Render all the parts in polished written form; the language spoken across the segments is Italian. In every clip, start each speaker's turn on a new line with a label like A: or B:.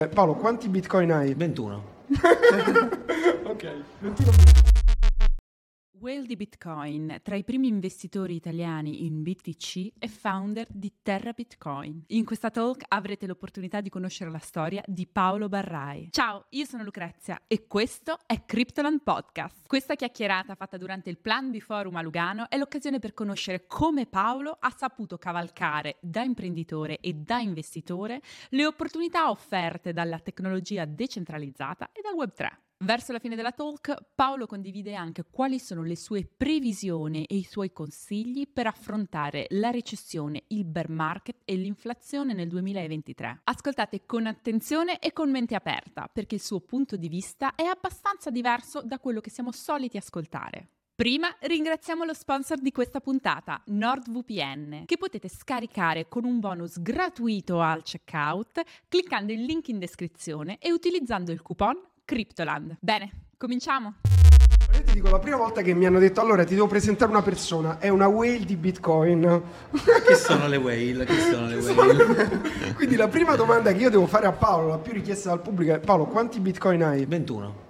A: Paolo, quanti bitcoin hai?
B: 21.
A: Ok, 21.
C: Whale di Bitcoin, tra i primi investitori italiani in BTC e founder di Terra Bitcoin. In questa talk avrete l'opportunità di conoscere la storia di Paolo Barrai. Ciao, io sono Lucrezia e questo è Cryptoland Podcast. Questa chiacchierata fatta durante il Plan B Forum a Lugano è l'occasione per conoscere come Paolo ha saputo cavalcare da imprenditore e da investitore le opportunità offerte dalla tecnologia decentralizzata e dal Web3. Verso la fine della talk, Paolo condivide anche quali sono le sue previsioni e i suoi consigli per affrontare la recessione, il bear market e l'inflazione nel 2023. Ascoltate con attenzione e con mente aperta, perché il suo punto di vista è abbastanza diverso da quello che siamo soliti ascoltare. Prima ringraziamo lo sponsor di questa puntata, NordVPN, che potete scaricare con un bonus gratuito al checkout cliccando il link in descrizione e utilizzando il coupon Cryptoland. Bene, cominciamo.
A: Io ti dico, la prima volta che mi hanno detto allora ti devo presentare una persona, è una whale di Bitcoin.
B: Che sono le whale?
A: Quindi la prima domanda che io devo fare a Paolo, la più richiesta dal pubblico, è: Paolo, quanti Bitcoin hai?
B: 21.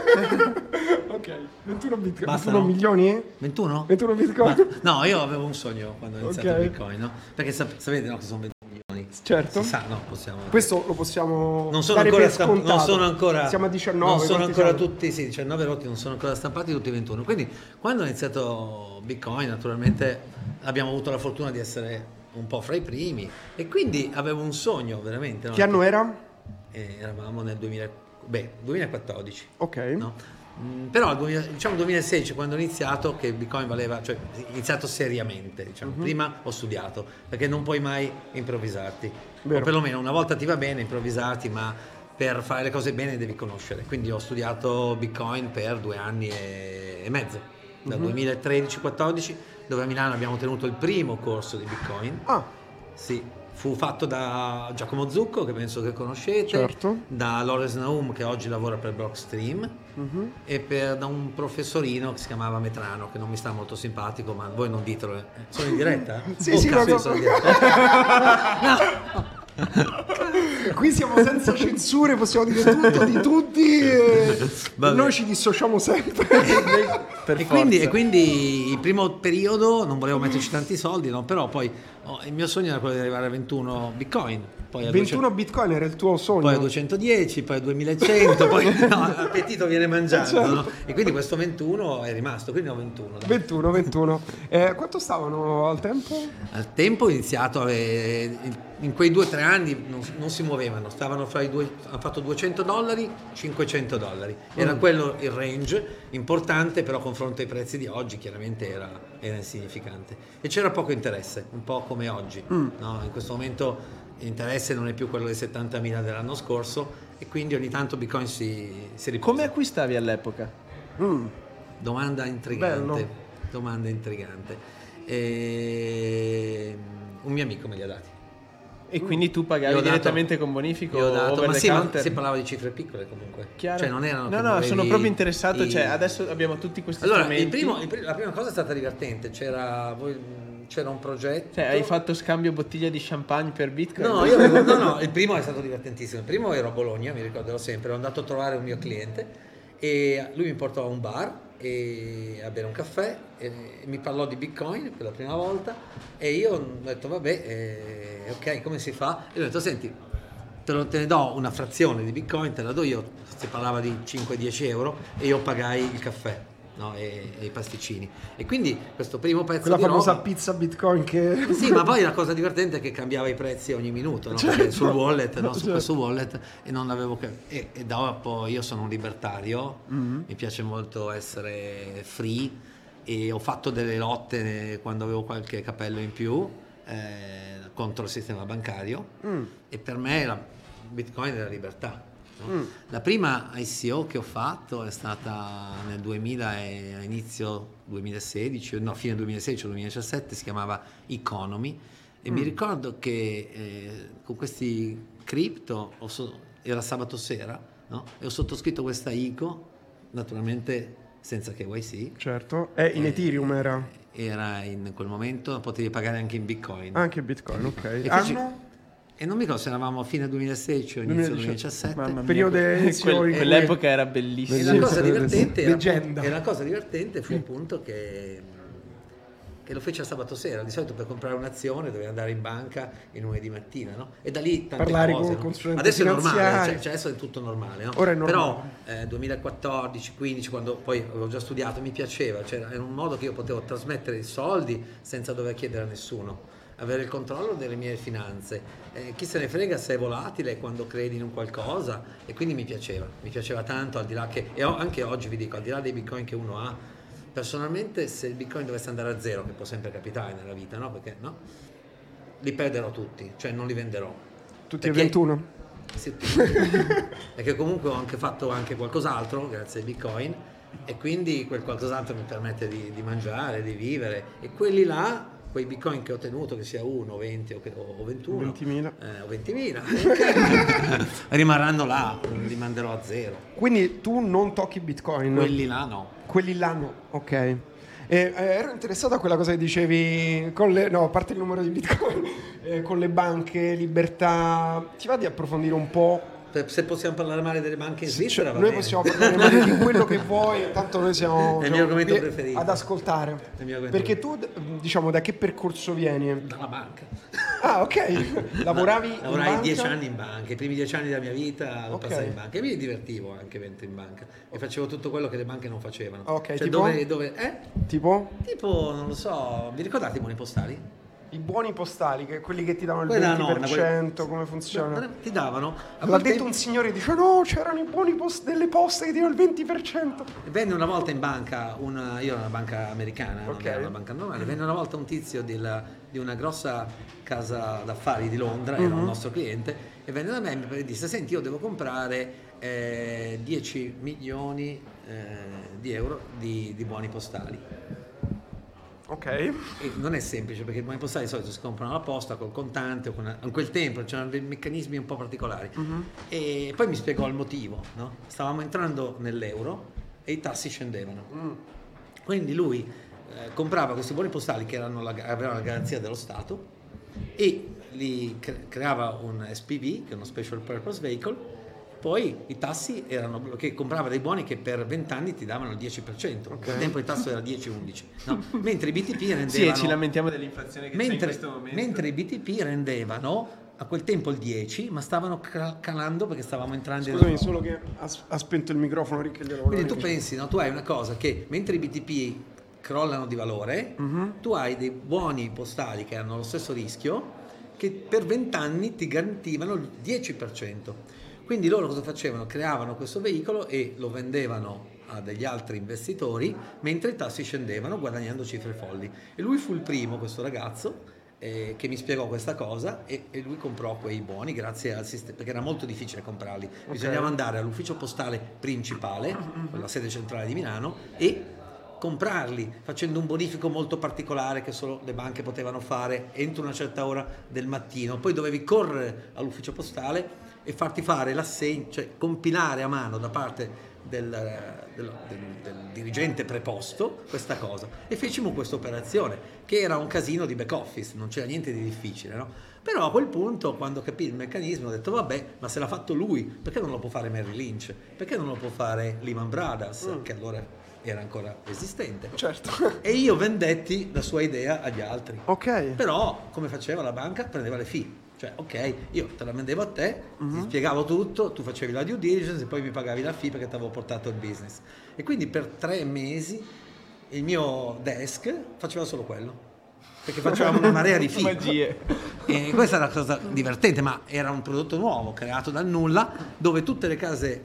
A: Ok, 21 Bitcoin.
B: Basta,
A: 21
B: no?
A: milioni?
B: 21?
A: 21 Bitcoin?
B: No, io avevo un sogno quando ho iniziato
A: Ok.
B: Bitcoin, no? Perché sapete, no, che sono 20 milioni.
A: Certo.
B: Si sa, no, possiamo...
A: Questo lo possiamo
B: non sono
A: dare
B: ancora
A: per scontato.
B: non sono ancora
A: Siamo a 19.
B: non sono
A: quanti
B: ancora
A: siamo?
B: tutti, sì, 19 rotti, non sono ancora stampati tutti 21. Quindi quando ho iniziato Bitcoin, naturalmente abbiamo avuto la fortuna di essere un po' fra i primi e quindi avevo un sogno veramente, no?
A: Che anno era?
B: Eravamo nel 2014.
A: Ok.
B: No? Però diciamo 2016, quando ho iniziato, che Bitcoin valeva, cioè ho iniziato seriamente, diciamo. Prima ho studiato, perché non puoi mai improvvisarti,
A: Vero.
B: o perlomeno una volta ti va bene improvvisarti, ma per fare le cose bene devi conoscere. Quindi ho studiato Bitcoin per 2 anni e mezzo, dal 2013-14, dove a Milano abbiamo tenuto il primo corso di Bitcoin.
A: Ah,
B: Sì, fu fatto da Giacomo Zucco, che penso che conoscete,
A: Certo.
B: da Lawrence Naum, che oggi lavora per Blockstream, e da un professorino che si chiamava Metrano, che non mi sta molto simpatico, ma voi non ditelo. Sono in diretta?
A: Sì,
B: Oh,
A: sì,
B: cazzo,
A: no.
B: sono in diretta.
A: qui siamo senza censure, possiamo dire tutto di tutti.
B: Vabbè.
A: Noi ci dissociamo sempre. Per
B: E
A: forza.
B: quindi il primo periodo non volevo metterci tanti soldi, no? Però poi il mio sogno era quello di arrivare a 21 Bitcoin, poi a
A: 21 Bitcoin era il tuo sogno?
B: poi a 210, poi a 2100, poi no, l'appetito viene mangiato,
A: Certo.
B: no? E quindi questo 21 è rimasto, quindi ho 21. dai.
A: 21. Quanto stavano al tempo?
B: Al tempo ho iniziato, in quei 2 o 3 anni non si muovevano, stavano fra hanno fatto $200, $500. Era quello il range importante, però a confronto ai prezzi di oggi chiaramente era insignificante. E c'era poco interesse, un po' come oggi, no? In questo momento l'interesse non è più quello dei 70.000 dell'anno scorso e quindi ogni tanto Bitcoin si riposa.
D: Come acquistavi all'epoca?
B: Domanda intrigante.
A: Bello.
B: Domanda intrigante. Un mio amico me li ha dati.
D: E quindi tu
B: Io
D: pagavi
B: ho dato-
D: direttamente con bonifico
B: Io ho dato,
D: over
B: ma
D: the
B: sì, ma
D: counter?
B: si parlava di cifre piccole comunque.
D: Chiaro.
B: Cioè non erano
D: No,
B: che
D: no,
B: muovevi
D: sono proprio interessato,
B: i-
D: cioè adesso abbiamo tutti questi
B: Allora,
D: strumenti.
B: la prima cosa è stata divertente, c'era un progetto.
D: Cioè, hai fatto scambio bottiglia di champagne per Bitcoin?
B: No, no, il primo è stato divertentissimo. Il primo ero a Bologna, mi ricorderò sempre, ero andato a trovare un mio cliente e lui mi portò a un bar a bere un caffè e mi parlò di Bitcoin per la prima volta e io ho detto vabbè, ok, come si fa? E lui ha detto senti, te ne do una frazione di Bitcoin, te la do io, si parlava di 5-10 euro e io pagai il caffè, no? e i pasticcini. E quindi questo primo pezzo
A: Quella
B: di
A: famosa
B: roba...
A: pizza Bitcoin che...
B: Sì, ma poi la cosa divertente è che cambiava i prezzi ogni minuto, no?
A: Certo.
B: Perché sul wallet, no? Su
A: Certo.
B: questo wallet e non avevo e dopo io sono un libertario, mi piace molto essere free e ho fatto delle lotte quando avevo qualche capello in più contro il sistema bancario e per me la Bitcoin è la libertà. No? La prima ICO che ho fatto è stata nel 2000 e a inizio 2016, no, fine 2016 o 2017, si chiamava Economy e mi ricordo che con questi cripto era sabato sera, no? E ho sottoscritto questa ICO, naturalmente senza KYC.
A: Certo, in Ethereum era
B: In quel momento potevi pagare anche in Bitcoin.
A: anche Bitcoin, ok.
B: E qui
A: Anno?
B: E non mi ricordo se eravamo a fine 2016 o inizio 2017.
D: Mamma mia,
A: Periodo elezioni.
D: quell'epoca era bellissima.
B: E
A: Sì,
B: la cosa
A: sì,
B: divertente era
A: leggenda.
B: e la cosa divertente fu appunto che lo fece a sabato sera. Di solito per comprare un'azione dovevi andare in banca il lunedì mattina, no? E da lì tante
A: Parlare
B: cose,
A: con
B: no?
A: consulente
B: Adesso è normale,
A: finanziario.
B: cioè adesso è tutto normale, no?
A: Ora è
B: Però
A: normale.
B: 2014, 15, quando poi avevo già studiato, mi piaceva, cioè era un modo che io potevo trasmettere i soldi senza dover chiedere a nessuno, avere il controllo delle mie finanze. Chi se ne frega se è volatile quando credi in un qualcosa, e quindi mi piaceva tanto, al di là che, anche oggi vi dico, al di là dei bitcoin che uno ha, personalmente se il bitcoin dovesse andare a zero, che può sempre capitare nella vita, no? Perché no? Li perderò tutti, cioè non li venderò.
A: Tutti e
B: Perché-
A: 21?
B: Sì, perché comunque ho anche fatto anche qualcos'altro grazie ai bitcoin, e quindi quel qualcos'altro mi permette di mangiare, di vivere, e quelli là, quei bitcoin che ho tenuto, che sia 1, 20 o 21
A: 20.000.
B: o 20.000 rimarranno là, li manderò a zero.
A: Quindi tu non tocchi Bitcoin?
B: Quelli là no.
A: Quelli là no, ok. Ero interessato a quella cosa che dicevi a parte il numero di Bitcoin, con le banche, libertà. Ti va di approfondire un po'?
B: Se possiamo parlare male delle banche in Svizzera, va
A: Noi
B: bene.
A: possiamo parlare male di quello che vuoi, tanto noi siamo
B: È il mio argomento
A: qui
B: preferito.
A: ad ascoltare.
B: È il mio argomento
A: Perché tu, diciamo, da che percorso vieni?
B: Dalla banca.
A: Ah, ok. Lavorai in banca?
B: 10 anni in banca, i primi 10 anni della mia vita l'ho
A: Ok.
B: passata in banca, e mi divertivo anche mentre in banca, e facevo tutto quello che le banche non facevano.
A: Ok,
B: Cioè,
A: tipo? Tipo?
B: Tipo, non lo so, vi ricordate i buoni postali?
A: I buoni postali, quelli che ti davano il
B: Quella
A: 20%, come funziona?
B: Ti davano. A
A: L'ha
B: quel
A: detto
B: tempo-
A: un signore, dice no, c'erano i buoni delle poste che ti davano il 20%.
B: Venne una volta in banca, io ero una banca americana, non
A: Ok.
B: era una banca normale, venne una volta un tizio di una grossa casa d'affari di Londra, era un nostro cliente, e venne da me e disse: senti, io devo comprare 10 milioni di euro di buoni postali.
A: Ok.
B: E non è semplice, perché i buoni postali di solito si comprano alla posta col contante, in quel tempo c'erano dei meccanismi un po' particolari. E poi mi spiegò il motivo, no? Stavamo entrando nell'euro e i tassi scendevano. Quindi lui comprava questi buoni postali che avevano la garanzia dello Stato, e li creava un SPV, che è uno Special Purpose Vehicle. Poi i tassi erano che comprava dei buoni che per 20 anni ti davano il 10%. A quel tempo il tasso era 10-11, no? Mentre i BTP rendevano.
D: Sì, e ci lamentiamo dell'inflazione che c'è in questo momento.
B: mentre i BTP rendevano a quel tempo il 10, ma stavano calando perché stavamo entrando
A: Scusami,
B: in
A: solo che ha spento il microfono, Rick, glielo volevo
B: Quindi tu
A: dire.
B: pensi, no? Tu hai una cosa che mentre i BTP crollano di valore, tu hai dei buoni postali che hanno lo stesso rischio, che per 20 anni ti garantivano il 10%. Quindi loro cosa facevano? Creavano questo veicolo e lo vendevano a degli altri investitori mentre i tassi scendevano, guadagnando cifre folli. E lui fu il primo, questo ragazzo, che mi spiegò questa cosa, e lui comprò quei buoni grazie al sistema, perché era molto difficile comprarli. Bisognava andare all'ufficio postale principale, con la sede centrale di Milano, e comprarli facendo un bonifico molto particolare che solo le banche potevano fare entro una certa ora del mattino. Poi dovevi correre all'ufficio postale e farti fare l'assegno, cioè compilare a mano da parte del dirigente preposto questa cosa, e fecimo questa operazione che era un casino di back office, non c'era niente di difficile, no? Però a quel punto, quando capì il meccanismo, ho detto vabbè, ma se l'ha fatto lui, perché non lo può fare Merrill Lynch? Perché non lo può fare Lehman Brothers, che allora era ancora esistente?
A: Certo.
B: E io vendetti la sua idea agli altri.
A: Ok.
B: Però, come faceva la banca, prendeva le fee. Cioè, ok, io te la vendevo a te, ti spiegavo tutto, tu facevi la due diligence e poi mi pagavi la fee perché ti avevo portato il business. E quindi per 3 mesi il mio desk faceva solo quello, perché facevamo una marea di fee.
D: Magie.
B: E questa era una cosa divertente, ma era un prodotto nuovo, creato dal nulla, dove tutte le case...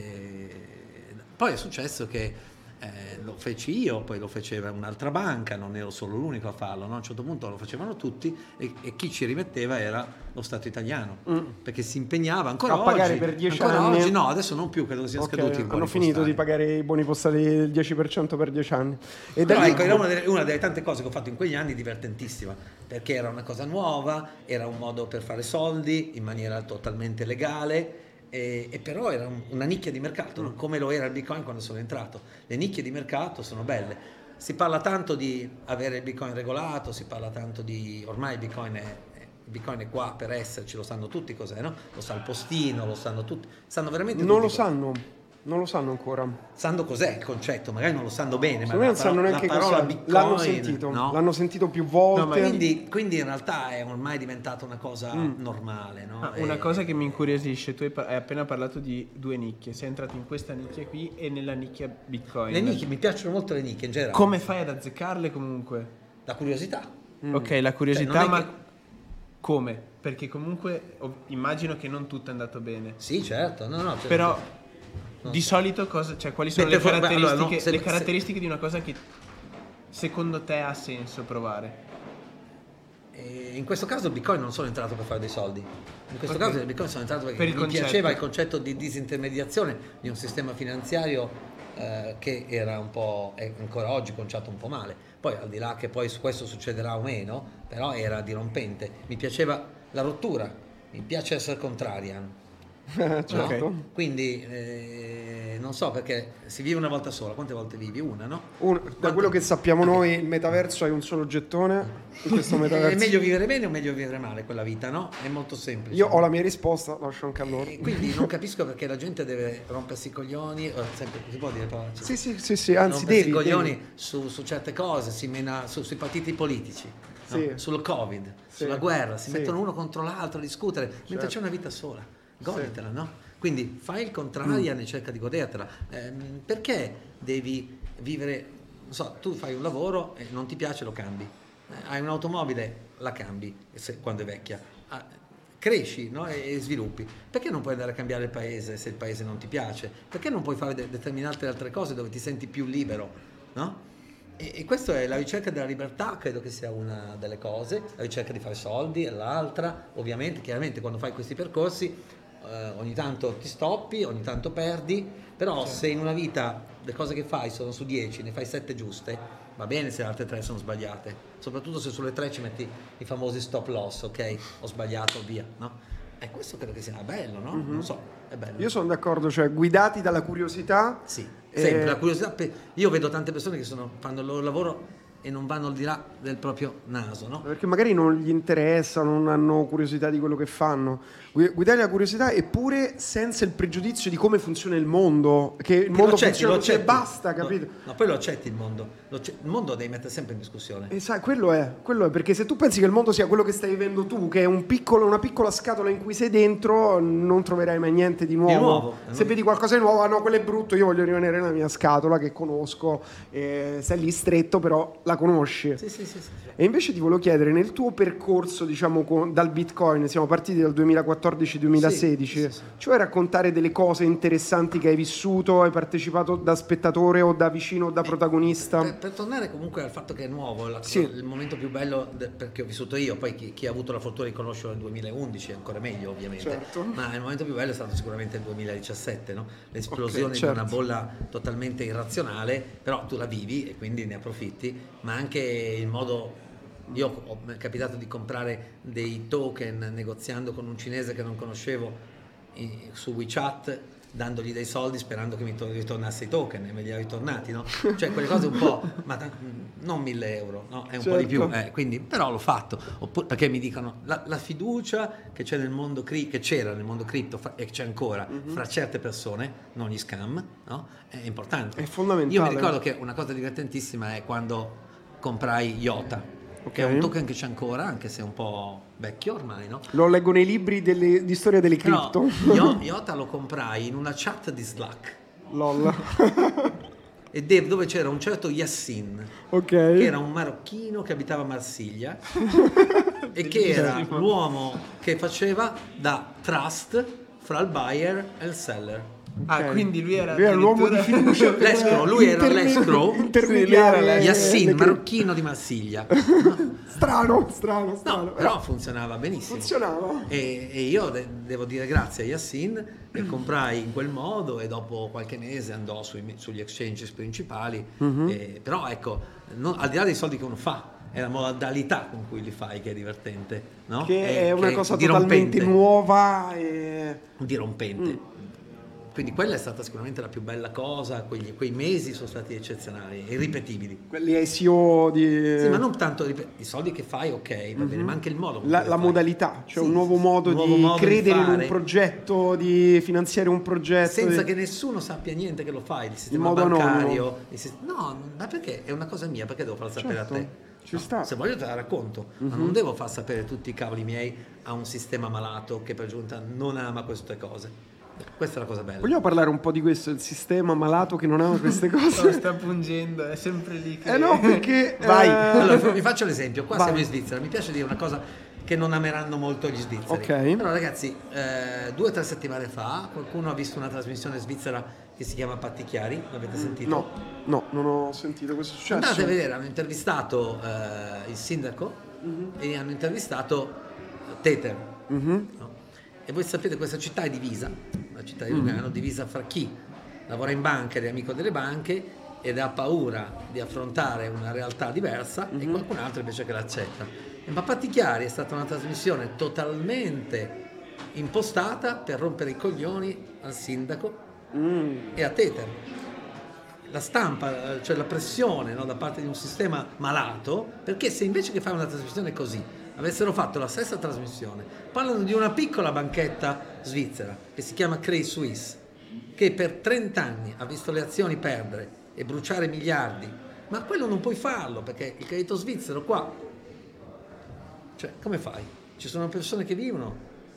B: Poi è successo che lo feci io, poi lo faceva un'altra banca, non ero solo l'unico a farlo, no? A un certo punto lo facevano tutti, e chi ci rimetteva era lo Stato italiano, perché si impegnava ancora
A: A pagare
B: oggi,
A: per 10
B: ancora
A: anni.
B: oggi no, adesso non più, credo siano
A: Ok,
B: scaduti i buoni
A: hanno finito
B: postali.
A: di pagare i buoni postali del 10% per 10 anni. E da
B: Però
A: lì
B: ecco, era una delle tante cose che ho fatto in quegli anni, divertentissima, perché era una cosa nuova, era un modo per fare soldi in maniera totalmente legale, e però era una nicchia di mercato, no? Come lo era il Bitcoin quando sono entrato. Le nicchie di mercato sono belle. Si parla tanto di avere il Bitcoin regolato, si parla tanto di... ormai il Bitcoin è Bitcoin è qua per esserci, lo sanno tutti cos'è, no? Lo sa il postino, lo sanno tutti, sanno veramente
A: Non
B: tutti
A: lo
B: cos'è.
A: non lo sanno ancora.
B: Sanno cos'è il concetto, magari non lo sanno bene, ma
A: Secondo me non sanno neanche
B: la parola
A: cos'è.
B: Bitcoin,
A: L'hanno sentito più volte.
D: No, ma
B: quindi in realtà è ormai diventata una cosa normale, no?
D: Una cosa che mi incuriosisce, tu hai appena parlato di 2 nicchie, sei entrato in questa nicchia qui e nella nicchia Bitcoin.
B: Le nicchie, mi piacciono molto le nicchie in generale.
D: Come fai ad azzeccarle comunque?
B: La curiosità.
D: Ok, la curiosità,
B: Cioè, non è
D: ma
B: che-
D: come? Perché comunque immagino che non tutto è andato bene.
B: Sì, certo, no, certo.
D: Però
B: No.
D: di solito cioè, quali sono
B: Beh,
D: le
B: per- beh,
D: caratteristiche,
B: allora, no, se-
D: le caratteristiche di una cosa che secondo te ha senso provare?
B: In questo caso il Bitcoin non sono entrato per fare dei soldi. In questo
D: Ok.
B: caso il Bitcoin sono entrato perché
D: Per il
B: mi
D: concetto.
B: piaceva il concetto di disintermediazione di un sistema finanziario che era un po', è ancora oggi conciato un po' male. Poi al di là che poi su questo succederà o meno, però era dirompente. Mi piaceva la rottura, mi piace essere contrarian.
A: Certo.
B: No? Quindi non so, perché si vive una volta sola, quante volte vivi? Una, no?
A: Da quello che sappiamo noi, il metaverso hai un solo gettone. In questo
B: È
A: metaverso.
B: meglio vivere bene o meglio vivere male quella vita, no? È molto semplice.
A: Io ho la mia risposta, lascio anche a loro.
B: E quindi non capisco perché la gente deve rompersi i coglioni, sempre, si può dire parolacce?
A: Sì, anzi
B: Rompersi
A: devi.
B: i coglioni
A: devi.
B: su certe cose, si mena sui partiti politici, no?
A: Sì.
B: Sul Covid,
A: Sì.
B: sulla guerra, si
A: Sì.
B: mettono uno contro l'altro a discutere, mentre
A: Certo.
B: c'è una vita sola, goditela, no? Quindi fai il contrario e cerca di godertela. Perché devi vivere, non so, tu fai un lavoro e non ti piace, lo cambi. Hai un'automobile, la cambi quando è vecchia. Cresci, no? e sviluppi. Perché non puoi andare a cambiare il paese se il paese non ti piace? Perché non puoi fare determinate altre cose dove ti senti più libero, no? E questa è la ricerca della libertà, credo che sia una delle cose, la ricerca di fare soldi è l'altra, ovviamente, chiaramente quando fai questi percorsi ogni tanto ti stoppi, ogni tanto perdi, però se in una vita le cose che fai sono su 10, ne fai 7 giuste, va bene se le altre 3 sono sbagliate, soprattutto se sulle 3 ci metti i famosi stop loss, ok? Ho sbagliato, via, no? E questo credo che sia bello, no? Non so, è bello.
A: Io sono d'accordo, cioè guidati dalla curiosità.
B: Sì, sempre la curiosità. Io vedo tante persone che fanno il loro lavoro e non vanno al di là del proprio naso, no?
A: Perché magari non gli interessa, non hanno curiosità di quello che fanno. Guidare la curiosità, eppure senza il pregiudizio di come funziona il mondo, che il mondo funziona così e basta, capito?
B: No, poi lo accetti il mondo. Il mondo devi mettere sempre in discussione.
A: E sai, quello è, perché se tu pensi che il mondo sia quello che stai vivendo tu, che è una piccola scatola in cui sei dentro, non troverai mai niente di nuovo. Se vedi qualcosa di nuovo, no, quello è brutto, io voglio rimanere nella mia scatola che conosco, sei lì stretto, però la conosci.
B: Sì.
A: E invece ti volevo chiedere, nel tuo percorso, diciamo, dal Bitcoin, siamo partiti dal 2014-2016,
B: Sì.
A: ci vuoi raccontare delle cose interessanti che hai vissuto, hai partecipato da spettatore o da vicino o da protagonista?
B: Per tornare comunque al fatto che è nuovo,
A: Sì.
B: il momento più bello perché ho vissuto io, poi chi ha avuto la fortuna di conoscerlo nel 2011 è ancora meglio ovviamente,
A: Certo.
B: ma il momento più bello è stato sicuramente il 2017, no? L'esplosione
A: certo.
B: di una bolla totalmente irrazionale, però tu la vivi e quindi ne approfitti, ma anche il modo. Mi è capitato di comprare dei token negoziando con un cinese che non conoscevo su WeChat, dandogli dei soldi sperando che mi ritornasse i token e me li ha ritornati, no? Cioè quelle cose un po', non 1.000 euro, no? È un po' di più, quindi, però l'ho fatto, perché mi dicono la fiducia che c'è nel mondo che c'era nel mondo cripto e c'è ancora fra certe persone, non gli scam, no? È importante.
A: È fondamentale.
B: Io mi ricordo che una cosa divertentissima è quando comprai IOTA, che è un token che c'è ancora, anche se è un po' vecchio ormai, no?
A: Lo leggo nei libri di storia delle cripto.
B: Però IOTA lo comprai in una chat di Slack.
A: LOL.
B: E dove c'era un certo Yassin,
A: Ok.
B: che era un marocchino che abitava a Marsiglia e che era l'uomo che faceva da trust fra il buyer e il seller.
D: Ah, quindi lui era
A: l'uomo di fiducia.
B: L'escrow, lui era l'escrow.
A: Intermediario.
B: Yassin, marocchino di Marsiglia.
A: Strano.
B: No, però funzionava benissimo.
A: Funzionava.
B: E io devo dire grazie a Yassin e comprai in quel modo e dopo qualche mese andò sugli exchanges principali. Però ecco, al di là dei soldi che uno fa, è la modalità con cui li fai che è divertente, no?
A: Che è una cosa
B: dirompente.
A: totalmente nuova e...
B: Dirompente. Quindi quella è stata sicuramente la più bella cosa, quei mesi sono stati eccezionali, irripetibili.
A: Quelli ICO di...
B: Sì, ma non tanto i soldi che fai, ok, va bene, ma anche il modo con cui
A: La
B: lo fai.
A: modalità, cioè
B: Sì,
A: un nuovo modo di credere in un
B: fare,
A: progetto, di finanziare un progetto.
B: senza che nessuno sappia niente che lo fai, il sistema
A: modo
B: bancario. No, ma perché? È una cosa mia, perché devo farla sapere
A: Certo,
B: a te?
A: ci sta.
B: Se voglio te la racconto, ma non devo far sapere tutti i cavoli miei a un sistema malato che per giunta non ama queste cose. Questa è la cosa bella.
A: Vogliamo parlare un po' di questo, il sistema malato che non ama queste
D: Lo
A: cose?
D: sta pungendo, è sempre lì che...
A: No, perché...
D: Vai.
B: Allora, vi faccio l'esempio. Qua
A: Vai.
B: siamo in Svizzera. Mi piace dire una cosa che non ameranno molto gli svizzeri.
A: Ok.
B: Allora, ragazzi, 2 o 3 settimane fa qualcuno ha visto una trasmissione svizzera che si chiama Patti Chiari. L'avete sentito?
A: No, non ho sentito questo successo.
B: Andate a vedere, hanno intervistato il sindaco e hanno intervistato Teter. No? E voi sapete, questa città è divisa, la città di Lugano, divisa fra chi lavora in banca ed è amico delle banche ed ha paura di affrontare una realtà diversa e qualcun altro invece che l'accetta. E ma Patti Chiari è stata una trasmissione totalmente impostata per rompere i coglioni al sindaco e a Teter. La stampa, cioè la pressione, no, da parte di un sistema malato, perché se invece che fare una trasmissione così avessero fatto la stessa trasmissione, parlano di una piccola banchetta svizzera che si chiama Credit Suisse, che per 30 anni ha visto le azioni perdere e bruciare miliardi, ma quello non puoi farlo perché il credito svizzero qua, cioè come fai? Ci sono persone che vivono,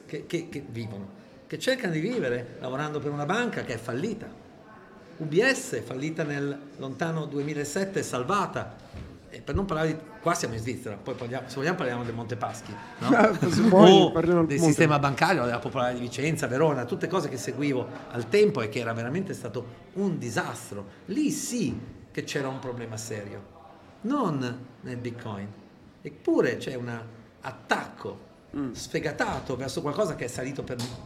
B: che cercano di vivere lavorando per una banca che è fallita. UBS è fallita nel lontano 2007, è salvata. E per non parlare di... Qua siamo in Svizzera, poi se vogliamo parliamo del Montepaschi, no? O del sistema bancario, della Popolare di Vicenza, Verona, tutte cose che seguivo al tempo e che era veramente stato un disastro. Lì sì che c'era un problema serio, non nel Bitcoin. Eppure c'è un attacco sfegatato verso qualcosa che è salito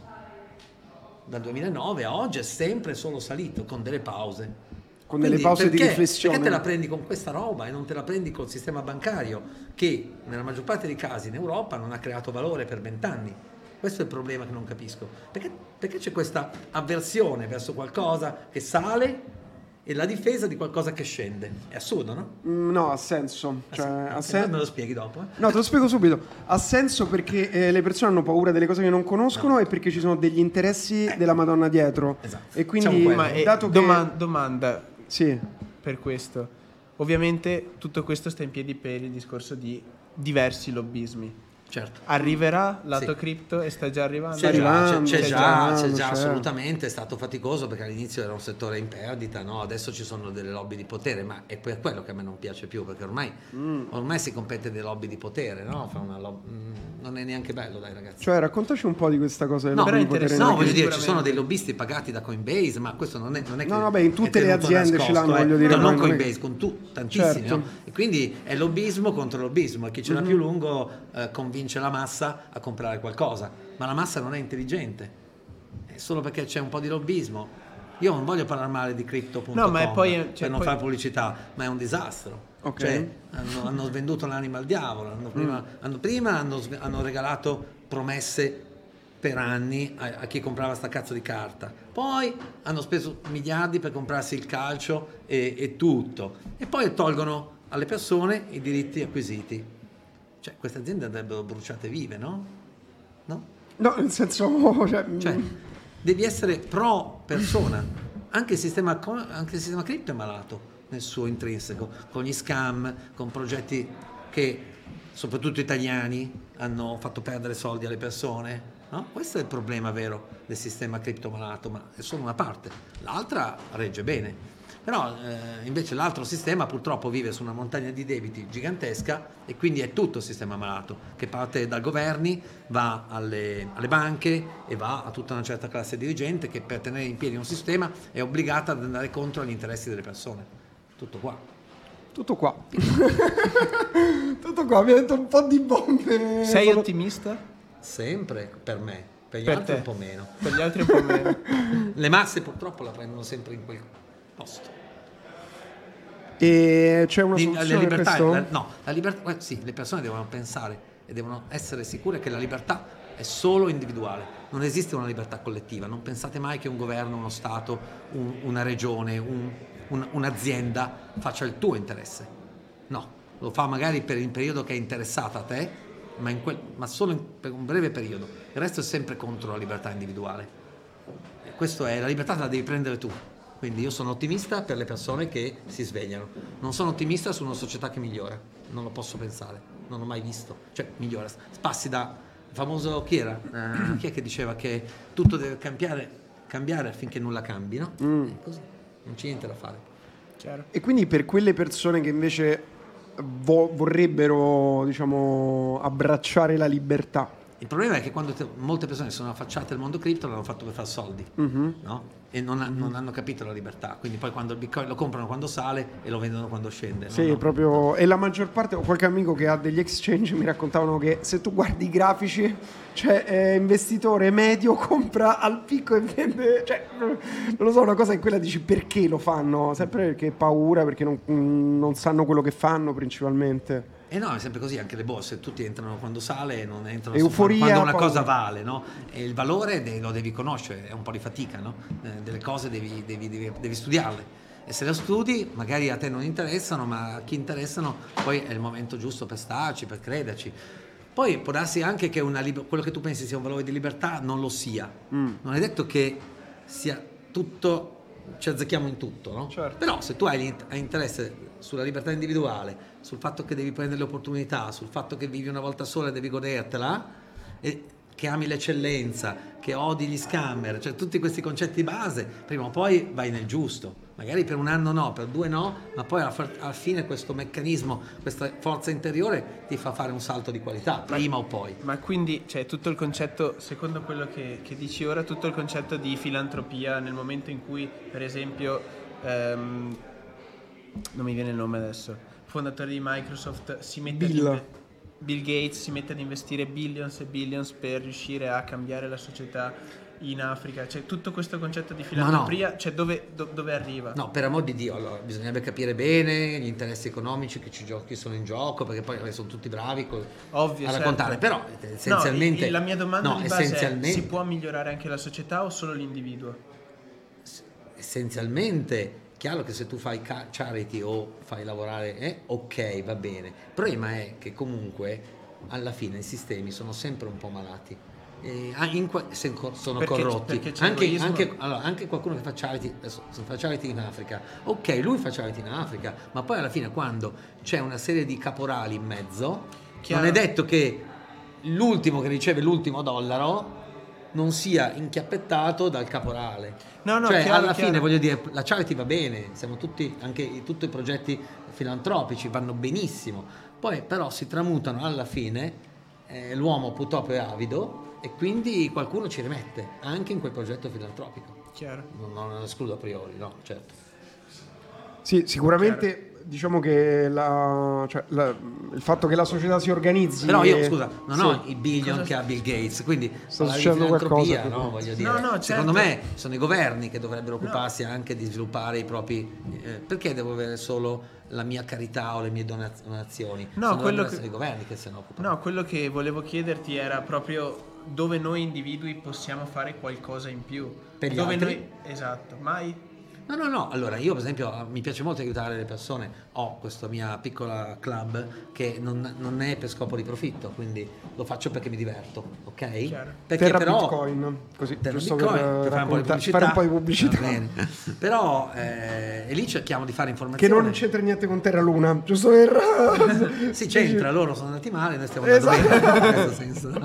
B: dal 2009 a oggi, è sempre solo salito, con delle pause.
A: Con delle pause di riflessione.
B: Perché te la prendi con questa roba e non te la prendi col sistema bancario che nella maggior parte dei casi in Europa non ha creato valore per 20 anni? Questo è il problema che non capisco. Perché c'è questa avversione verso qualcosa che sale e la difesa di qualcosa che scende? È assurdo, no?
A: No, ha senso.
B: Me lo spieghi dopo?
A: No, te lo spiego subito. Ha senso perché le persone hanno paura delle cose che non conoscono e perché ci sono degli interessi della Madonna dietro.
B: Esatto.
A: E quindi, dato che...
D: Domanda...
A: Sì.
D: Per questo, ovviamente tutto questo sta in piedi per il discorso di diversi lobbismi.
B: Certo.
D: Arriverà lato cripto e sta già arrivando?
B: C'è già
A: certo.
B: assolutamente, è stato faticoso perché all'inizio era un settore in perdita, no? Adesso ci sono delle lobby di potere, ma è per quello che a me non piace più, perché ormai si compete delle lobby di potere, no? Non è neanche bello, dai ragazzi.
A: Cioè, raccontaci un po' di questa cosa.
B: No,
A: però è interessante.
B: no, voglio dire, ci sono dei lobbisti pagati da Coinbase, ma questo non è che
A: no, vabbè, in tutte le aziende ce l'hanno, voglio dire.
B: No, non Coinbase, con tantissimi,
A: certo.
B: no? E quindi è lobbismo contro lobbismo, e chi ce l'ha più lungo convince la massa a comprare qualcosa, ma la massa non è intelligente, è solo perché c'è un po' di lobbismo. Io non voglio parlare male di Crypto.com per non fare pubblicità, ma è un disastro.
A: Okay.
B: Cioè, hanno venduto l'anima al diavolo, hanno regalato promesse per anni a chi comprava sta cazzo di carta, poi hanno speso miliardi per comprarsi il calcio e tutto, e poi tolgono alle persone i diritti acquisiti. Cioè, queste aziende andrebbero bruciate vive, no? No?
A: No, nel senso...
B: Cioè, devi essere pro persona. Anche il sistema cripto è malato nel suo intrinseco, con gli scam, con progetti che, soprattutto italiani, hanno fatto perdere soldi alle persone, no? Questo è il problema vero del sistema cripto malato, ma è solo una parte. L'altra regge bene. Però invece l'altro sistema purtroppo vive su una montagna di debiti gigantesca, e quindi è tutto il sistema malato che parte dai governi, va alle banche e va a tutta una certa classe dirigente che per tenere in piedi un sistema è obbligata ad andare contro gli interessi delle persone. Tutto qua.
A: Tutto qua. Tutto qua, mi ha detto un po' di bombe.
D: Sei ottimista?
B: Sempre, per me. Per gli
D: Per
B: altri
D: te.
B: un po' meno.
D: Per gli altri un po' meno.
B: Le masse purtroppo la prendono sempre in quel posto.
A: E c'è una soluzione per questo?
B: La libertà, sì, le persone devono pensare e devono essere sicure che la libertà è solo individuale. non esiste una libertà collettiva, non pensate mai che un governo, uno Stato, una regione, un'azienda faccia il tuo interesse, no, lo fa magari per il periodo che è interessata a te, ma solo per un breve periodo, il resto è sempre contro la libertà individuale. E questo è, la libertà te la devi prendere tu. Quindi io sono ottimista per le persone che si svegliano, non sono ottimista su una società che migliora, non lo posso pensare, non ho mai visto, cioè migliora, passi da il famoso, chi era? Chi è che diceva che tutto deve cambiare affinché nulla cambi, no? È così, non c'è niente da fare.
D: Chiaro.
A: E quindi per quelle persone che invece vorrebbero, diciamo, abbracciare la libertà.
B: Il problema è che quando molte persone sono affacciate al mondo cripto l'hanno fatto per fare soldi, no? E non hanno capito la libertà, quindi poi quando il Bitcoin lo comprano quando sale e lo vendono quando scende.
A: Sì,
B: no?
A: proprio. E la maggior parte, ho qualche amico che ha degli exchange, mi raccontavano che se tu guardi i grafici, cioè investitore medio compra al picco e vende, cioè non lo so, una cosa in quella dici perché lo fanno, sempre perché paura, perché non sanno quello che fanno principalmente.
B: E no, è sempre così, anche le borse, tutti entrano quando sale, non entrano
A: Euforia,
B: quando una
A: poi...
B: cosa vale, no? E il valore lo devi conoscere, è un po' di fatica, no? Delle cose devi studiarle. E se le studi, magari a te non interessano, ma a chi interessano, poi è il momento giusto per starci, per crederci. Poi può darsi anche che quello che tu pensi sia un valore di libertà non lo sia. Non è detto che sia tutto, ci azzecchiamo in tutto, no?
A: Certo.
B: Però se tu hai interesse sulla libertà individuale, sul fatto che devi prendere le opportunità, sul fatto che vivi una volta sola e devi godertela, e che ami l'eccellenza, che odi gli scammer, cioè tutti questi concetti base, prima o poi vai nel giusto. Magari per un anno no, per 2 no, ma poi alla fine questo meccanismo, questa forza interiore ti fa fare un salto di qualità, prima o poi.
D: Ma quindi, cioè, tutto il concetto, secondo quello che dici ora, tutto il concetto di filantropia nel momento in cui, per esempio, non mi viene il nome adesso, fondatore di Microsoft si mette Bill Gates si mette ad investire billions e billions per riuscire a cambiare la società in Africa, cioè tutto questo concetto di filantropia, cioè dove arriva?
B: No, per amor di Dio, allora bisognerebbe capire bene gli interessi economici che sono in gioco, perché poi sono tutti bravi a raccontare, però essenzialmente...
D: No, la mia domanda di base è: si può migliorare anche la società o solo l'individuo?
B: Essenzialmente, chiaro che se tu fai charity o fai lavorare, ok, va bene. Il problema è che comunque alla fine i sistemi sono sempre un po' malati. Sono corrotti. Anche qualcuno che fa charity, adesso, se fa charity in Africa, ok, lui fa charity in Africa, ma poi alla fine quando c'è una serie di caporali in mezzo, non è detto che l'ultimo che riceve l'ultimo dollaro non sia inchiappettato dal caporale. Cioè alla fine voglio dire, la charity va bene, siamo tutti, anche tutti i progetti filantropici vanno benissimo, poi però si tramutano alla fine, l'uomo purtroppo è avido e quindi qualcuno ci rimette anche in quel progetto filantropico.
D: Chiaro.
B: Non escludo a priori, no, certo.
A: Sì, sicuramente. Diciamo che il fatto che la società si organizzi.
B: Però io, scusa, non ho i billion che ha Bill Gates, quindi
A: sta succedendo qualcosa,
B: no? Voglio dire,
D: certo.
B: Secondo me sono i governi che dovrebbero occuparsi anche di sviluppare i propri. Perché devo avere solo la mia carità o le mie donazioni?
D: No, quello
B: sono i governi che se ne occupano.
D: No, quello che volevo chiederti era proprio dove noi individui possiamo fare qualcosa in più.
B: Per gli
D: dove
B: altri?
D: Esatto, mai.
B: No, allora io per esempio mi piace molto aiutare le persone, ho questa mia piccola club che non è per scopo di profitto, quindi lo faccio perché mi diverto, ok?
D: Chiaro.
B: Perché
A: Terra
B: però
A: Bitcoin, così,
B: Terra
A: giusto
B: Bitcoin,
A: per
B: fare
A: un po' di pubblicità.
B: Va bene. Però e lì cerchiamo di fare
A: Che
B: informazione.
A: non c'entra niente con Terra Luna, giusto per...
B: Sì, c'entra, loro sono andati male, noi stiamo andando bene in questo senso, no?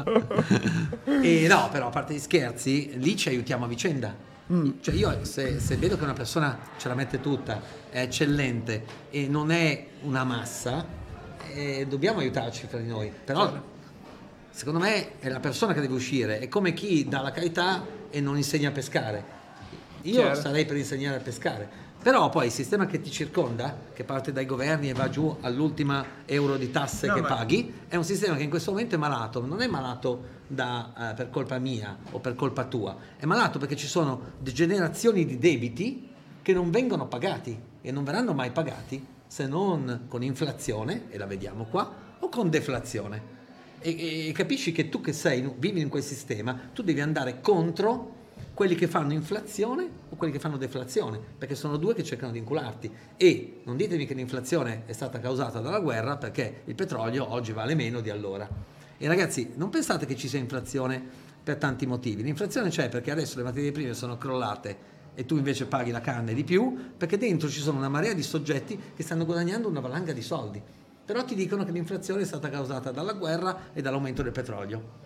B: E no, però a parte gli scherzi, lì ci aiutiamo a vicenda. Cioè io se vedo che una persona ce la mette tutta, è eccellente e non è una massa, dobbiamo aiutarci tra di noi. Però secondo me è la persona che deve uscire, è come chi dà la carità e non insegna a pescare. Io sarei per insegnare a pescare. Però poi il sistema che ti circonda, che parte dai governi e va giù all'ultima euro di tasse paghi, è un sistema che in questo momento è malato. Non è malato per colpa mia o per colpa tua, è malato perché ci sono generazioni di debiti che non vengono pagati e non verranno mai pagati se non con inflazione, e la vediamo qua, o con deflazione. e capisci che tu che vivi in quel sistema, tu devi andare contro quelli che fanno inflazione o quelli che fanno deflazione, perché sono due che cercano di incularti. E non ditemi che l'inflazione è stata causata dalla guerra, perché il petrolio oggi vale meno di allora. E ragazzi, non pensate che ci sia inflazione per tanti motivi. L'inflazione c'è perché adesso le materie prime sono crollate e tu invece paghi la carne di più, perché dentro ci sono una marea di soggetti che stanno guadagnando una valanga di soldi. Però ti dicono che l'inflazione è stata causata dalla guerra e dall'aumento del petrolio.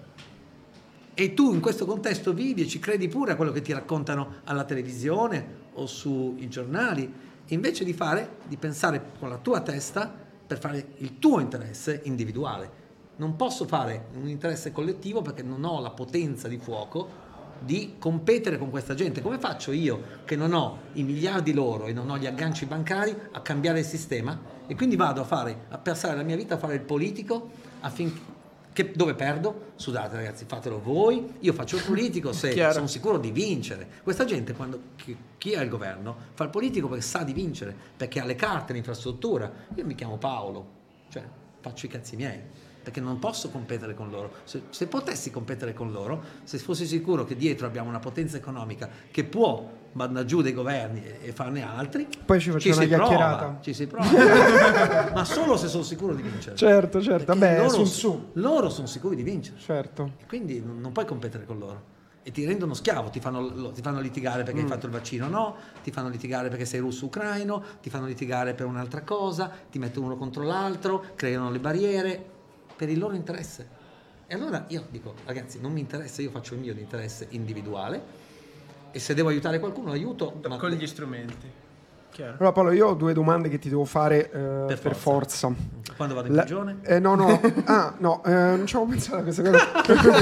B: E tu in questo contesto vivi e ci credi pure a quello che ti raccontano alla televisione o sui giornali, invece di pensare con la tua testa per fare il tuo interesse individuale. Non posso fare un interesse collettivo perché non ho la potenza di fuoco di competere con questa gente. Come faccio io, che non ho i miliardi loro e non ho gli agganci bancari, a cambiare il sistema? E quindi vado a passare la mia vita a fare il politico dove perdo? Scusate ragazzi, fatelo voi, io faccio il politico se sono sicuro di vincere. Questa gente, chi è il governo, fa il politico perché sa di vincere, perché ha le carte, l'infrastruttura. Io mi chiamo Paolo, cioè faccio i cazzi miei, perché non posso competere con loro. Se potessi competere con loro, se fossi sicuro che dietro abbiamo una potenza economica che può mandare giù dei governi e farne altri,
A: poi ci facciamo una chiacchierata.
B: Ci si prova, ma solo se sono sicuro di vincere.
A: Certo, vabbè,
B: loro sono sicuri di vincere.
A: Certo.
B: Quindi non puoi competere con loro. E ti rendono schiavo, ti fanno litigare perché hai fatto il vaccino o no, ti fanno litigare perché sei russo-ucraino, ti fanno litigare per un'altra cosa, ti mettono uno contro l'altro, creano le barriere per il loro interesse. E allora io dico, ragazzi, non mi interessa, io faccio il mio interesse individuale e se devo aiutare qualcuno aiuto
D: con gli strumenti. Chiaro.
A: Allora Paolo, io ho due domande che ti devo fare per forza.
B: Quando vado in prigione?
A: No. Non ci avevo pensato a questa cosa.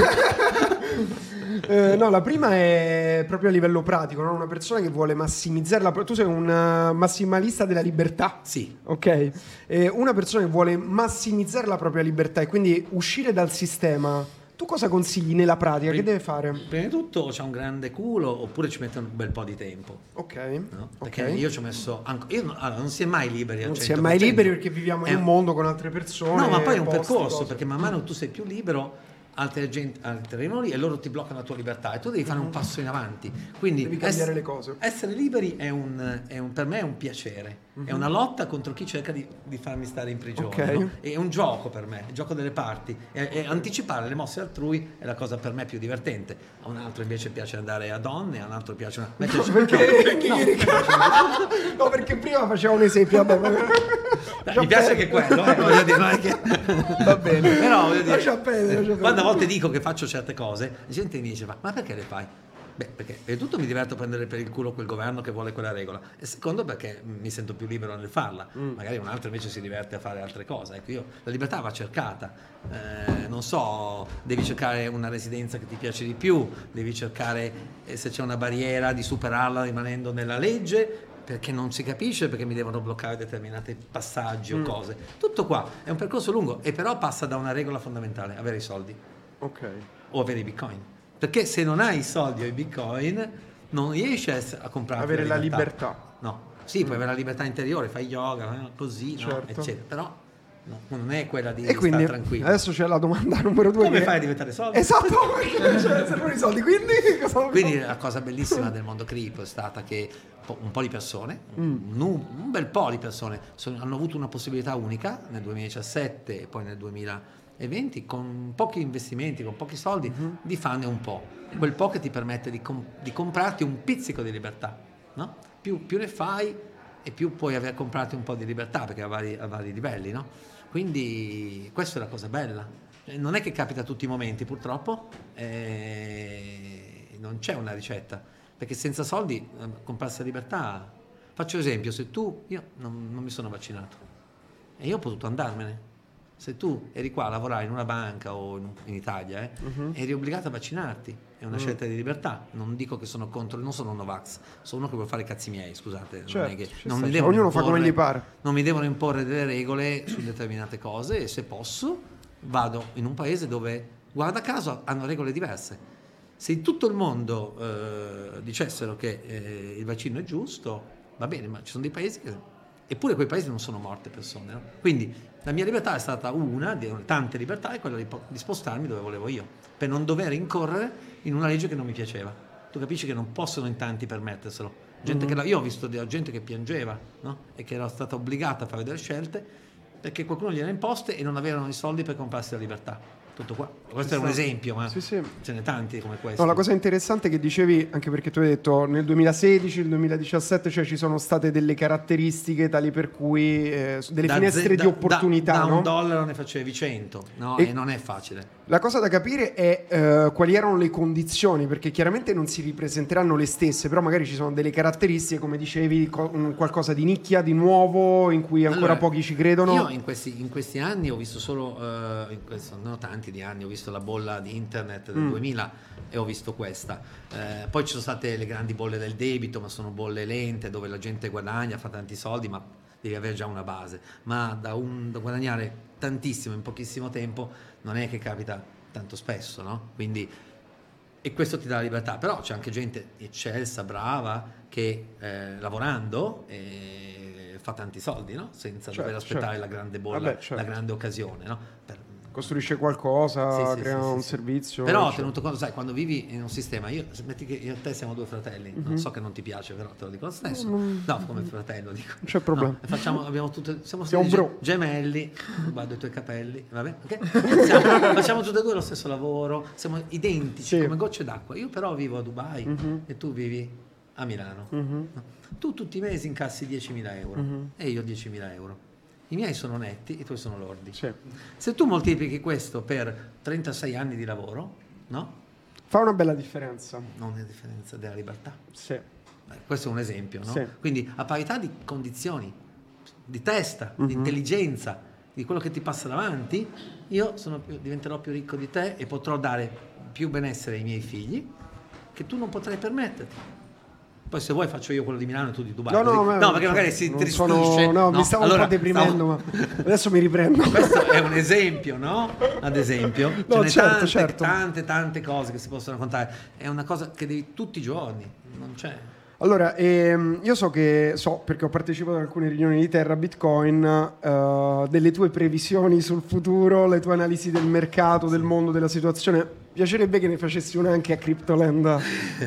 A: No, la prima è proprio a livello pratico, no? Una persona che vuole massimizzare tu sei un massimalista della libertà.
B: Sì.
A: Ok. Una persona che vuole massimizzare la propria libertà e quindi uscire dal sistema, tu cosa consigli nella pratica? Che deve fare?
B: Prima di tutto c'ha un grande culo oppure ci mette un bel po' di tempo.
A: Ok.
B: No? Perché io ci ho messo non si è mai liberi al 100%.
A: Non si è mai liberi perché viviamo in un mondo con altre persone.
B: No, ma poi è un percorso, perché man mano tu sei più libero, altri arrivano lì e loro ti bloccano la tua libertà e tu devi fare un passo in avanti. Quindi
A: devi cambiare le cose.
B: Essere liberi per me è un piacere, è una lotta contro chi cerca di farmi stare in prigione.
A: Okay.
B: No? È un gioco per me, il gioco delle parti. E anticipare le mosse altrui è la cosa per me più divertente. A un altro invece piace andare a donne, a un altro piace
A: No, perché prima faceva un esempio.
B: Mi piace anche quello, voglio dire, non è che...
A: Va bene.
B: Però voglio dire,
A: lascia perdere.
B: Quando a volte dico che faccio certe cose, la gente mi dice ma perché le fai? Beh, perché prima di tutto mi diverto a prendere per il culo quel governo che vuole quella regola, e secondo perché mi sento più libero nel farla. Magari un altro invece si diverte a fare altre cose. Ecco, la libertà va cercata. Non so, devi cercare una residenza che ti piace di più, devi cercare se c'è una barriera di superarla rimanendo nella legge, perché non si capisce, perché mi devono bloccare determinati passaggi o cose. Tutto qua è un percorso lungo e però passa da una regola fondamentale: avere i soldi.
A: Ok.
B: O avere i bitcoin. Perché se non hai i soldi o i bitcoin non riesci a comprare
A: avere la libertà.
B: No. Sì, puoi avere la libertà interiore, fai yoga, così,
A: certo.
B: no? Eccetera. Però no, non è quella di
A: e quindi,
B: stare tranquillo.
A: Adesso c'è la domanda numero 2.
B: Come fai a diventare soldi?
A: Esatto, perché servono i soldi,
B: quindi la cosa bellissima del mondo cripto è stata che un po' di persone, un bel po' di persone hanno avuto una possibilità unica nel 2017 e poi nel 2020 con pochi investimenti, con pochi soldi, di farne un po'. Quel po' che ti permette di comprarti un pizzico di libertà, no? Più ne fai e più puoi aver comprarti un po' di libertà, perché a vari livelli, no? Quindi questa è la cosa bella. Non è che capita a tutti i momenti, purtroppo, non c'è una ricetta, perché senza soldi comprarsi la libertà. Faccio esempio, io non mi sono vaccinato e io ho potuto andarmene. Se tu eri qua a lavorare in una banca o in Italia, eri obbligato a vaccinarti, è una scelta di libertà. Non dico che sono contro, non sono Novax, sono uno che vuole fare i cazzi miei, scusate.
A: Certo,
B: non è che non mi
A: ognuno fa come gli pare.
B: Non mi devono imporre delle regole su determinate cose, e se posso vado in un paese dove, guarda caso, hanno regole diverse. Se in tutto il mondo dicessero che il vaccino è giusto, va bene, ma ci sono dei paesi che... Eppure quei paesi non sono morte persone, no? Quindi La mia libertà è stata una di tante libertà, è quella di spostarmi dove volevo io, per non dover incorrere in una legge che non mi piaceva. Tu capisci che non possono in tanti permetterselo. Io ho visto della gente che piangeva, no? E che era stata obbligata a fare delle scelte perché qualcuno gliele ha imposte e non avevano i soldi per comprarsi la libertà. Tutto qua. Questo è un esempio, ma ce ne tanti come questo.
A: No, la cosa interessante che dicevi, anche perché tu hai detto nel 2016, nel 2017, cioè ci sono state delle caratteristiche tali per cui delle finestre di opportunità.
B: Da
A: no?
B: $1 ne facevi 100, no? E non è facile.
A: La cosa da capire è quali erano le condizioni, perché chiaramente non si ripresenteranno le stesse, però magari ci sono delle caratteristiche, come dicevi, qualcosa di nicchia, di nuovo, in cui ancora pochi ci credono.
B: Io in questi anni ho visto solo, non tanti di anni, ho visto la bolla di internet del 2000 e ho visto questa. Poi ci sono state le grandi bolle del debito, ma sono bolle lente, dove la gente guadagna, fa tanti soldi, ma devi avere già una base. Ma da guadagnare tantissimo in pochissimo tempo non è che capita tanto spesso, no? Quindi, e questo ti dà la libertà. Però c'è anche gente eccelsa, brava, che lavorando fa tanti soldi, no? Senza dover aspettare la grande bolla, la grande occasione, no?
A: Costruisce qualcosa, crea un servizio.
B: Però tenuto conto, sai, quando vivi in un sistema, metti che io e te siamo 2 fratelli, non so che non ti piace, però te lo dico lo stesso. No, come fratello dico.
A: Non c'è problema.
B: No, abbiamo siamo gemelli, guardo i tuoi capelli, va bene? Okay? Facciamo tutti e due lo stesso lavoro, siamo identici come gocce d'acqua. Io però vivo a Dubai e tu vivi a Milano. Tu tutti i mesi incassi 10.000 euro e io 10.000 euro. I miei sono netti, i tuoi sono lordi. Sì. Se tu moltiplichi questo per 36 anni di lavoro, no?
A: Fa una bella differenza.
B: Non è differenza della libertà.
A: Sì.
B: Questo è un esempio, no?
A: Sì.
B: Quindi a parità di condizioni, di testa, di intelligenza, di quello che ti passa davanti, io diventerò più ricco di te e potrò dare più benessere ai miei figli che tu non potrai permetterti. Poi se vuoi faccio io quello di Milano e tu di Dubai.
A: No,
B: perché magari si tristisce.
A: Mi stavo un po' deprimendo, ma adesso mi riprendo.
B: Questo è un esempio, no? Ad esempio. Tante cose che si possono raccontare. È una cosa che devi tutti i giorni, non c'è.
A: Allora, io so perché ho partecipato ad alcune riunioni di Terra Bitcoin, delle tue previsioni sul futuro, le tue analisi del mercato, del mondo, della situazione. Piacerebbe che ne facessi una anche a Cryptoland,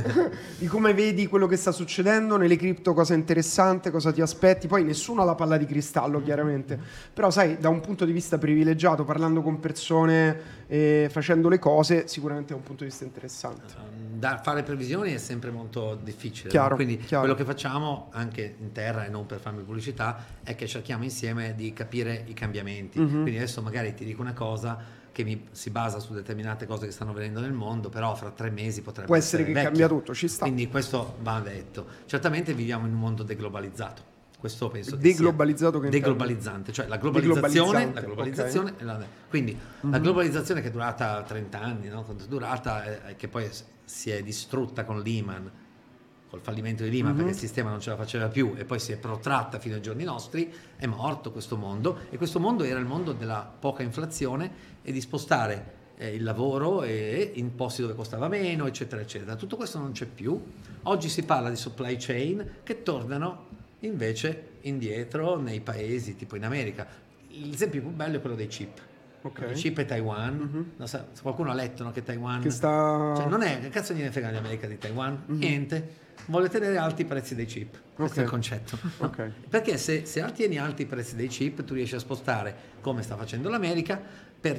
A: di come vedi quello che sta succedendo nelle cripto, cosa è interessante, cosa ti aspetti. Poi nessuno ha la palla di cristallo, chiaramente, però sai, da un punto di vista privilegiato, parlando con persone e facendo le cose, sicuramente è un punto di vista interessante.
B: Fare previsioni è sempre molto difficile,
A: chiaro,
B: no? Quindi
A: chiaro.
B: Quello che facciamo anche in Terra, e non per farmi pubblicità, è che cerchiamo insieme di capire i cambiamenti. Quindi adesso magari ti dico una cosa che si basa su determinate cose che stanno avvenendo nel mondo, però fra 3 mesi potrebbe
A: può essere che
B: vecchio.
A: Cambia tutto, ci sta.
B: Quindi questo va detto. Certamente viviamo in un mondo deglobalizzato. Questo penso che
A: deglobalizzato
B: sia deglobalizzante, cioè la globalizzazione
A: okay.
B: Quindi la globalizzazione che è durata 30 anni, no? Quando è durata, che poi si è distrutta con Lehman, col fallimento di Lehman, perché il sistema non ce la faceva più e poi si è protratta fino ai giorni nostri, è morto questo mondo, e questo mondo era il mondo della poca inflazione e di spostare il lavoro in posti dove costava meno, eccetera eccetera. Tutto questo non c'è più. Oggi si parla di supply chain che tornano invece indietro nei paesi tipo in America. L'esempio più bello è quello dei chip.
A: Okay.
B: I chip è Taiwan. Non so, qualcuno ha letto, no, che Taiwan
A: cioè,
B: non è, che cazzo gliene frega l'America di Taiwan? Niente, vuole tenere alti i prezzi dei chip. Questo è il concetto, no? Perché se tieni alti i prezzi dei chip, tu riesci a spostare, come sta facendo l'America, per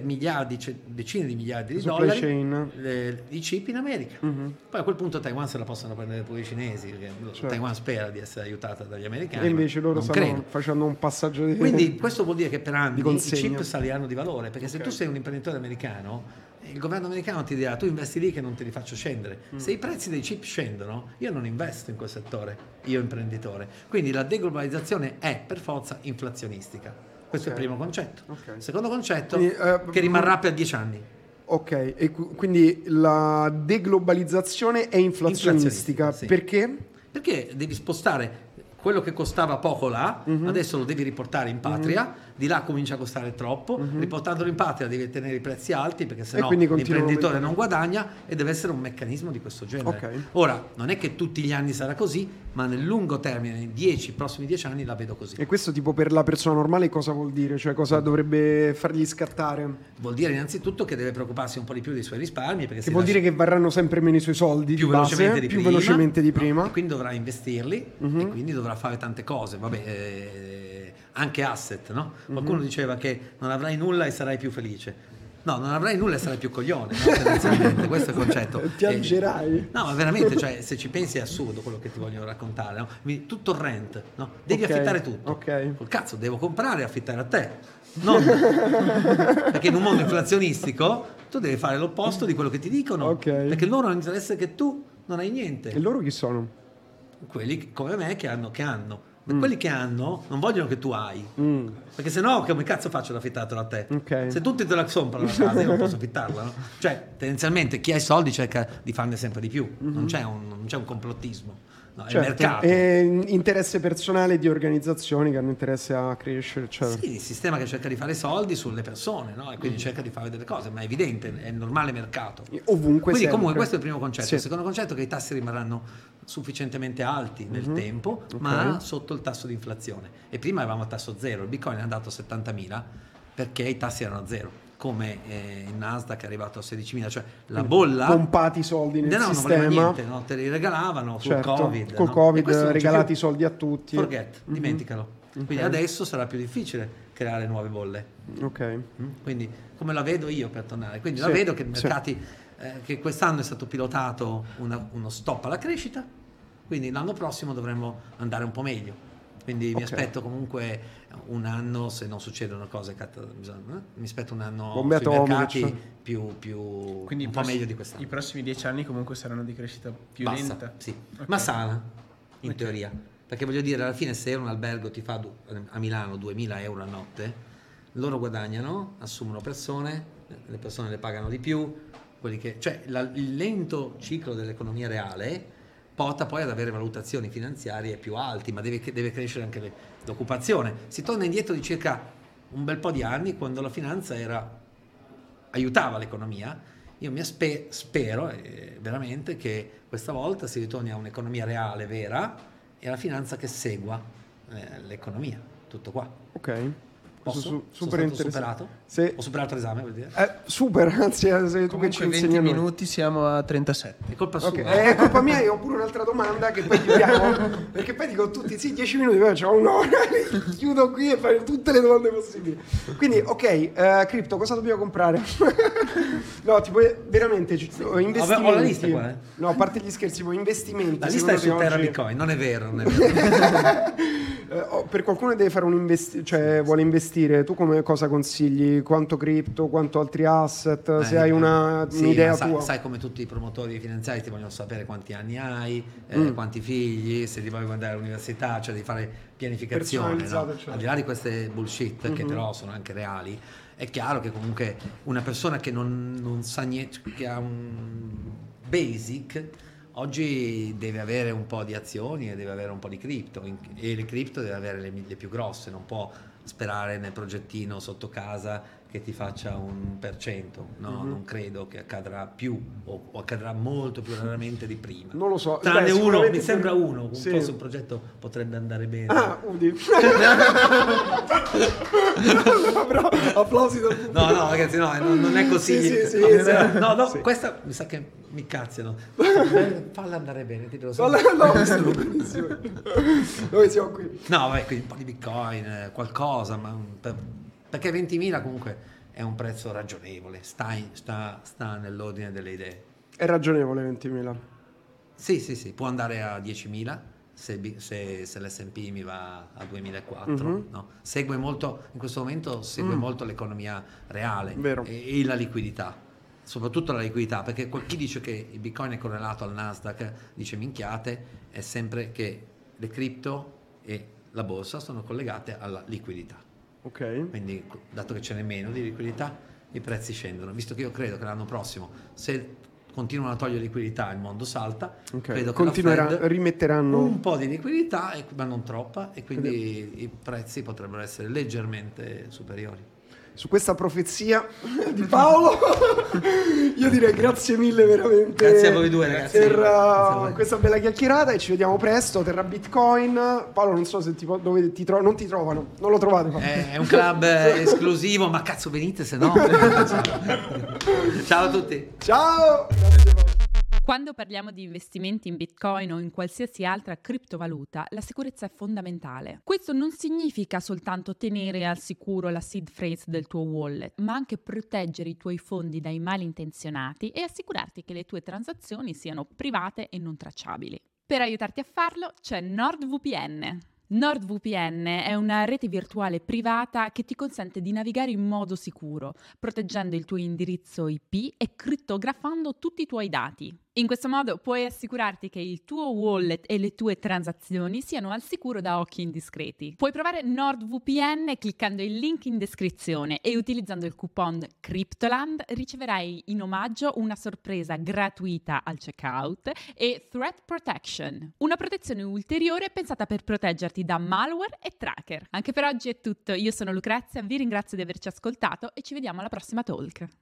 B: decine di miliardi di dollari i chip in America. Poi a quel punto Taiwan se la possono prendere pure i cinesi, perché Taiwan spera di essere aiutata dagli americani,
A: e invece loro stanno facendo un passaggio di
B: quindi questo vuol dire che per anni i chip saliranno di valore, perché se tu sei un imprenditore americano, il governo americano ti dirà: tu investi lì che non te li faccio scendere. Se i prezzi dei chip scendono, io non investo in quel settore, io imprenditore. Quindi la deglobalizzazione è per forza inflazionistica. Questo è il primo concetto. Secondo concetto, quindi, che rimarrà per 10 anni.
A: Ok, e quindi la deglobalizzazione è inflazionistica.
B: Sì.
A: Perché?
B: Perché devi spostare quello che costava poco là, adesso lo devi riportare in patria, di là comincia a costare troppo, riportandolo in patria devi tenere i prezzi alti perché sennò l'imprenditore non guadagna, e deve essere un meccanismo di questo genere. Ora, non è che tutti gli anni sarà così, ma nel lungo termine, nei prossimi 10 anni la vedo così.
A: E questo tipo per la persona normale cosa vuol dire? Cioè cosa dovrebbe fargli scattare?
B: Vuol dire innanzitutto che deve preoccuparsi un po' di più dei suoi risparmi, perché
A: vuol dire che varranno sempre meno i suoi soldi
B: più
A: velocemente di prima.
B: E quindi dovrà investirli e quindi dovrà fare tante cose, anche asset, no? Qualcuno diceva che non avrai nulla e sarai più felice. No, non avrai nulla e sarai più coglione, no? Tendenzialmente, questo è il concetto.
A: Piangerai.
B: No, ma veramente, cioè, se ci pensi è assurdo quello che ti voglio raccontare, no? Tutto il rent, no? Devi affittare tutto. Col cazzo, devo comprare e affittare a te. Non perché in un mondo inflazionistico tu devi fare l'opposto di quello che ti dicono, perché loro hanno interesse che tu non hai niente.
A: E loro chi sono?
B: Quelli come me che hanno. Ma quelli che hanno non vogliono che tu hai, perché sennò come cazzo faccio ad affittartela a te? Se tutti te la comprano la casa io non posso affittarla, no? Cioè tendenzialmente chi ha i soldi cerca di farne sempre di più, non c'è un complottismo. No, è il mercato.
A: È interesse personale di organizzazioni che hanno interesse a crescere, eccetera.
B: Sì, il sistema che cerca di fare soldi sulle persone, no? E quindi cerca di fare delle cose, ma è evidente, è il normale mercato.
A: Ovunque.
B: Quindi comunque questo è il primo concetto. Il secondo concetto è che i tassi rimarranno sufficientemente alti nel tempo, ma sotto il tasso di inflazione. E prima avevamo tasso zero, il Bitcoin è andato a 70.000 perché i tassi erano a zero, come il Nasdaq è arrivato a 16.000, cioè la bolla,
A: pompati i soldi nel sistema,
B: non niente, no? Te li regalavano col Covid,
A: col Covid regalati i soldi a tutti,
B: dimenticalo. Quindi adesso sarà più difficile creare nuove bolle. Quindi come la vedo io, per tornare, quindi la vedo che i mercati che quest'anno è stato pilotato uno stop alla crescita, quindi l'anno prossimo dovremmo andare un po' meglio. Quindi mi aspetto comunque un anno, se non succedono cose, mi aspetto un anno sui mercati più
D: quindi
B: un po' meglio di quest'anno.
D: I prossimi 10 anni comunque saranno di crescita più lenta.
B: Sì, ma sana, in teoria. Perché voglio dire, alla fine se un albergo ti fa a Milano 2.000 euro a notte, loro guadagnano, assumono persone, le persone le pagano di più, cioè il lento ciclo dell'economia reale porta poi ad avere valutazioni finanziarie più alti, ma deve crescere anche l'occupazione. Si torna indietro di circa un bel po' di anni, quando la finanza aiutava l'economia. Io mi spero veramente che questa volta si ritorni a un'economia reale vera e alla finanza che segua l'economia. Tutto qua. Posso?
A: Super
B: superato? Ho superato l'esame, vuol dire?
A: Super, anzi, sei tu
D: comunque
A: che ci insegni.
D: 20 minuti siamo a 37.
B: È colpa sua.
A: È colpa mia, io ho pure un'altra domanda che poi chiudiamo, perché poi dico tutti, 10 minuti, poi c'ho un'ora, chiudo qui e fare tutte le domande possibili. Quindi, Crypto, cosa dobbiamo comprare? No, tipo, veramente, investimenti.
B: Ho la lista qua,
A: No, a parte gli scherzi, investimenti.
B: La lista è su Terra Bitcoin, non è vero.
A: Per qualcuno che deve fare vuole investire, tu come cosa consigli? Quanto cripto, quanto altri asset? Se hai un'idea tua?
B: Sai come tutti i promotori finanziari ti vogliono sapere quanti anni hai, quanti figli, se ti vuoi andare all'università, cioè di fare pianificazione, no? Al di là di queste bullshit che però sono anche reali, è chiaro che comunque una persona che non sa niente, che ha un basic, oggi deve avere un po' di azioni e deve avere un po' di cripto, e le cripto deve avere le più grosse, non può sperare nel progettino sotto casa che ti faccia 1%, no, non credo che accadrà più o accadrà molto più raramente di prima.
A: Non lo so.
B: Tranne uno, mi sembra uno, forse un progetto potrebbe andare bene.
A: Udi. Però applausi dal pubblico.
B: No, ragazzi, no, non è così.
A: Sì.
B: Questa mi sa che mi cazziano. Falla andare bene, ti lo so.
A: No, stiamo benissimo. Noi siamo qui.
B: No, vabbè, quindi un po' di Bitcoin, qualcosa, ma perché 20.000 comunque è un prezzo ragionevole, sta nell'ordine delle idee.
A: È ragionevole 20.000?
B: Sì, può andare a 10.000 se l'S&P mi va a 2.400, no? Segue molto, in questo momento segue molto l'economia reale e la liquidità, soprattutto la liquidità, perché chi dice che il Bitcoin è correlato al Nasdaq dice minchiate, è sempre che le cripto e la borsa sono collegate alla liquidità. Quindi dato che ce n'è meno di liquidità i prezzi scendono, visto che io credo che l'anno prossimo, se continuano a togliere liquidità, il mondo salta.
A: Credo che rimetteranno
B: un po' di liquidità, ma non troppa, e quindi i prezzi potrebbero essere leggermente superiori.
A: Su questa profezia di Paolo io direi grazie mille veramente,
B: grazie a voi due ragazzi
A: per questa bella chiacchierata, e ci vediamo presto. Terra Bitcoin. Paolo, non so se dove non ti trovano, non lo trovate, Paolo.
B: È un club esclusivo, ma cazzo venite se no. Ciao a tutti,
A: ciao.
C: Quando parliamo di investimenti in Bitcoin o in qualsiasi altra criptovaluta, la sicurezza è fondamentale. Questo non significa soltanto tenere al sicuro la seed phrase del tuo wallet, ma anche proteggere i tuoi fondi dai malintenzionati e assicurarti che le tue transazioni siano private e non tracciabili. Per aiutarti a farlo c'è NordVPN. NordVPN è una rete virtuale privata che ti consente di navigare in modo sicuro, proteggendo il tuo indirizzo IP e crittografando tutti i tuoi dati. In questo modo puoi assicurarti che il tuo wallet e le tue transazioni siano al sicuro da occhi indiscreti. Puoi provare NordVPN cliccando il link in descrizione e utilizzando il coupon Cryptoland riceverai in omaggio una sorpresa gratuita al checkout e Threat Protection, una protezione ulteriore pensata per proteggerti da malware e tracker. Anche per oggi è tutto, io sono Lucrezia, vi ringrazio di averci ascoltato e ci vediamo alla prossima talk.